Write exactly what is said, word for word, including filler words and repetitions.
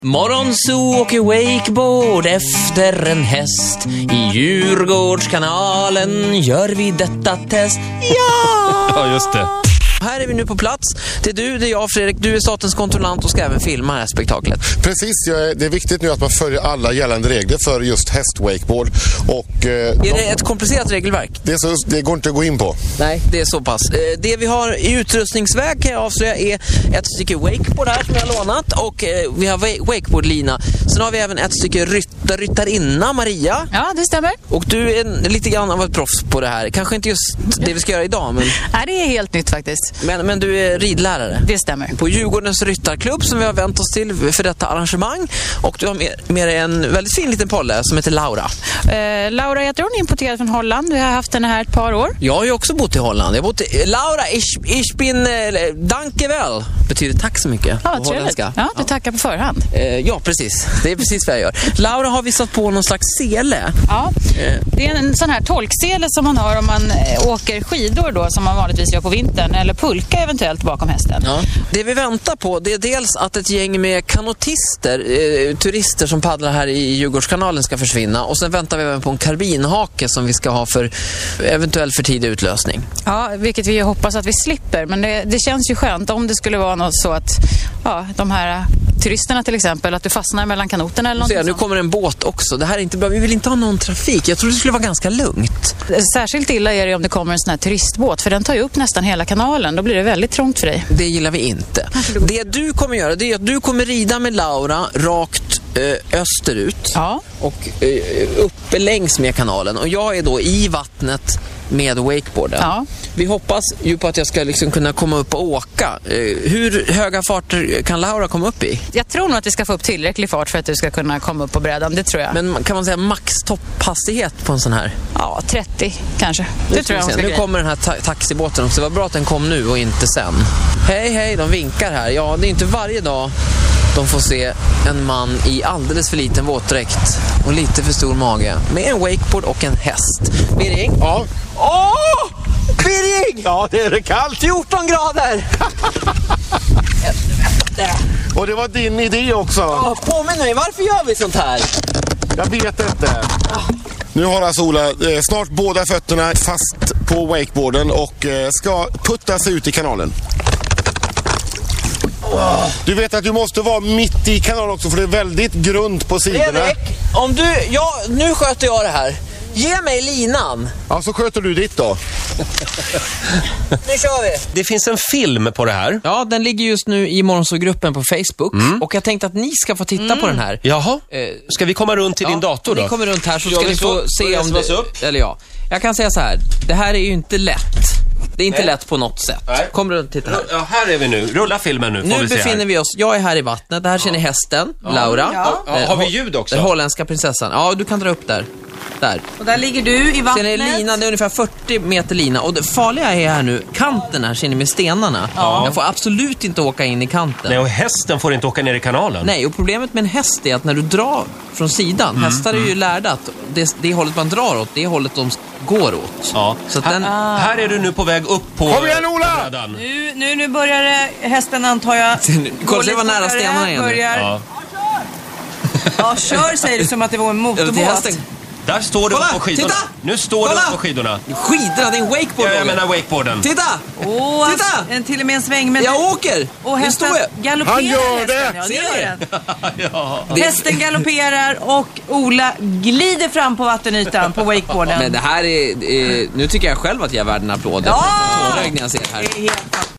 Morgonzoo åker wakeboard efter en häst. I Djurgårdskanalen gör vi detta test. Ja! Ja, just det. Här är vi nu på plats. Det är du, det är jag, Fredrik. Du är statens kontrollant och ska även filma det här spektaklet. Precis, det är viktigt nu att man följer alla gällande regler för just häst-wakeboard. Och, eh, är det ett komplicerat regelverk? Det, är så, det går inte att gå in på. Nej, det är så pass. Det vi har i utrustningsväg kan jag avslöja är ett stycke wakeboard här som jag har lånat. Och vi har wakeboardlina. Sen har vi även ett stycke ryttar, ryttarinna, Maria. Ja, det stämmer. Och du är lite grann av ett proffs på det här. Kanske inte just det vi ska göra idag, men... Nej, det är helt nytt faktiskt. Men, men du är ridlärare? Det stämmer. På Djurgårdens ryttarklubb som vi har vänt oss till för detta arrangemang. Och du har med, med en väldigt fin liten polle som heter Laura. Eh, Laura heter hon, importerad från Holland. Vi har haft henne här ett par år. Jag har ju också bott i Holland. Jag bott i, Laura, ich, ich bin äh, danke väl. Betyder tack så mycket. Ja, vad trevligt. Ja, du ja. tackar på förhand. Eh, ja, precis. Det är precis vad jag gör. Laura har vi satt på någon slags sele. Ja, det är en sån här tolksele som man har om man åker skidor då, som man vanligtvis gör på vintern. Eller pulka eventuellt bakom hästen. Ja. Det vi väntar på, det är dels att ett gäng med kanotister, eh, turister som paddlar här i Djurgårdskanalen ska försvinna. Och sen väntar vi även på en karbinhake som vi ska ha för eventuell för tidig utlösning. Ja, vilket vi hoppas att vi slipper. Men det, det känns ju skönt om det skulle vara något så att ja, de här turisterna till exempel, att du fastnar mellan kanoterna eller något. Se, nu kommer en båt också. Det här är inte bra. Vi vill inte ha någon trafik. Jag tror det skulle vara ganska lugnt. Särskilt illa är det om det kommer en sån här turistbåt, för den tar ju upp nästan hela kanalen. Då blir det väldigt trångt för dig. Det gillar vi inte. Det du kommer göra, det är att du kommer rida med Laura rakt eh, österut. Ja. Och eh, uppe längs med kanalen. Och jag är då i vattnet med wakeboarden. Ja. Vi hoppas ju på att jag ska liksom kunna komma upp och åka. Eh, hur höga farter kan Laura komma upp i? Jag tror nog att vi ska få upp tillräcklig fart för att du ska kunna komma upp på brädan, det tror jag. Men kan man säga max topphastighet på en sån här? Ja, trettio kanske. Det, det tror jag. Nu kommer den här ta- taxibåten också. Det var bra att den kom nu och inte sen. Hej, hej, de vinkar här. Ja, det är inte varje dag de får se en man i alldeles för liten våtdräkt och lite för stor mage med en wakeboard och en häst. Birring? Ja. Åh! Birring! Ja, det är det kallt. fjorton grader! Och det var din idé också. Ja, påminn mig, varför gör vi sånt här? Jag vet inte. Nu har alltså Ola eh, snart båda fötterna fast på wakeboarden och eh, ska putta sig ut i kanalen. Du vet att du måste vara mitt i kanalen också, för det är väldigt grunt på sidorna. Fredrik, om du... Ja, nu sköter jag det här. Ge mig linan. Ja, så sköter du ditt då. Nu kör vi. Det finns en film på det här. Ja, den ligger just nu i Morgonsågruppen på Facebook. Mm. Och jag tänkte att ni ska få titta mm. på den här. Jaha, ska vi komma runt till ja, din dator då? Ni kommer runt här så ska vi ni få så, se om det... upp. Eller ja, jag kan säga så här. Det här är ju inte lätt. Det är inte Nej. lätt på något sätt. Nej. Kom runt, titta här. Ja, här är vi nu. Rulla filmen nu, får Nu vi se befinner här. vi oss, jag är här i vattnet. Det här känner hästen, ja. Laura. Ja. Ja, har vi ljud också? Den holländska prinsessan. Ja, du kan dra upp där. Där. Och där ligger du i vattnet. Sen är linan, det är ungefär fyrtio meter lina. Och det farliga är här nu, kanten här, ser ni med stenarna. Ja. Jag får absolut inte åka in i kanten. Nej, och hästen får inte åka ner i kanalen. Nej, och problemet med en häst är att när du drar från sidan, mm, hästar är ju lärda att det, det hållet man drar åt, det är hållet de går åt. Ja. Så att här, den... ah. här är du nu på väg upp på... Kom igen, Ola! Nu, nu, nu börjar det, hästen antar jag... Kolla, det var nära stenarna igen. Börjar... Ja. Ja, kör säger du som att det var en motorbåt. Där står du på skidorna. Titta! Nu står Kolla! du på skidorna. Skidorna, det är en wakeboard. Ja, jag menar wakeboarden. Titta! Åh, Titta! En, till och med en sväng. Men jag åker! Och hästen galopperar. Han gör det! Hästen, ja, det Ser gör du? Ja. Hästen galopperar och Ola glider fram på vattenytan på wakeboarden. Men det här är... är nu tycker jag själv att jag är värd en applåd. Ja! Jag när jag ser det här. Det är helt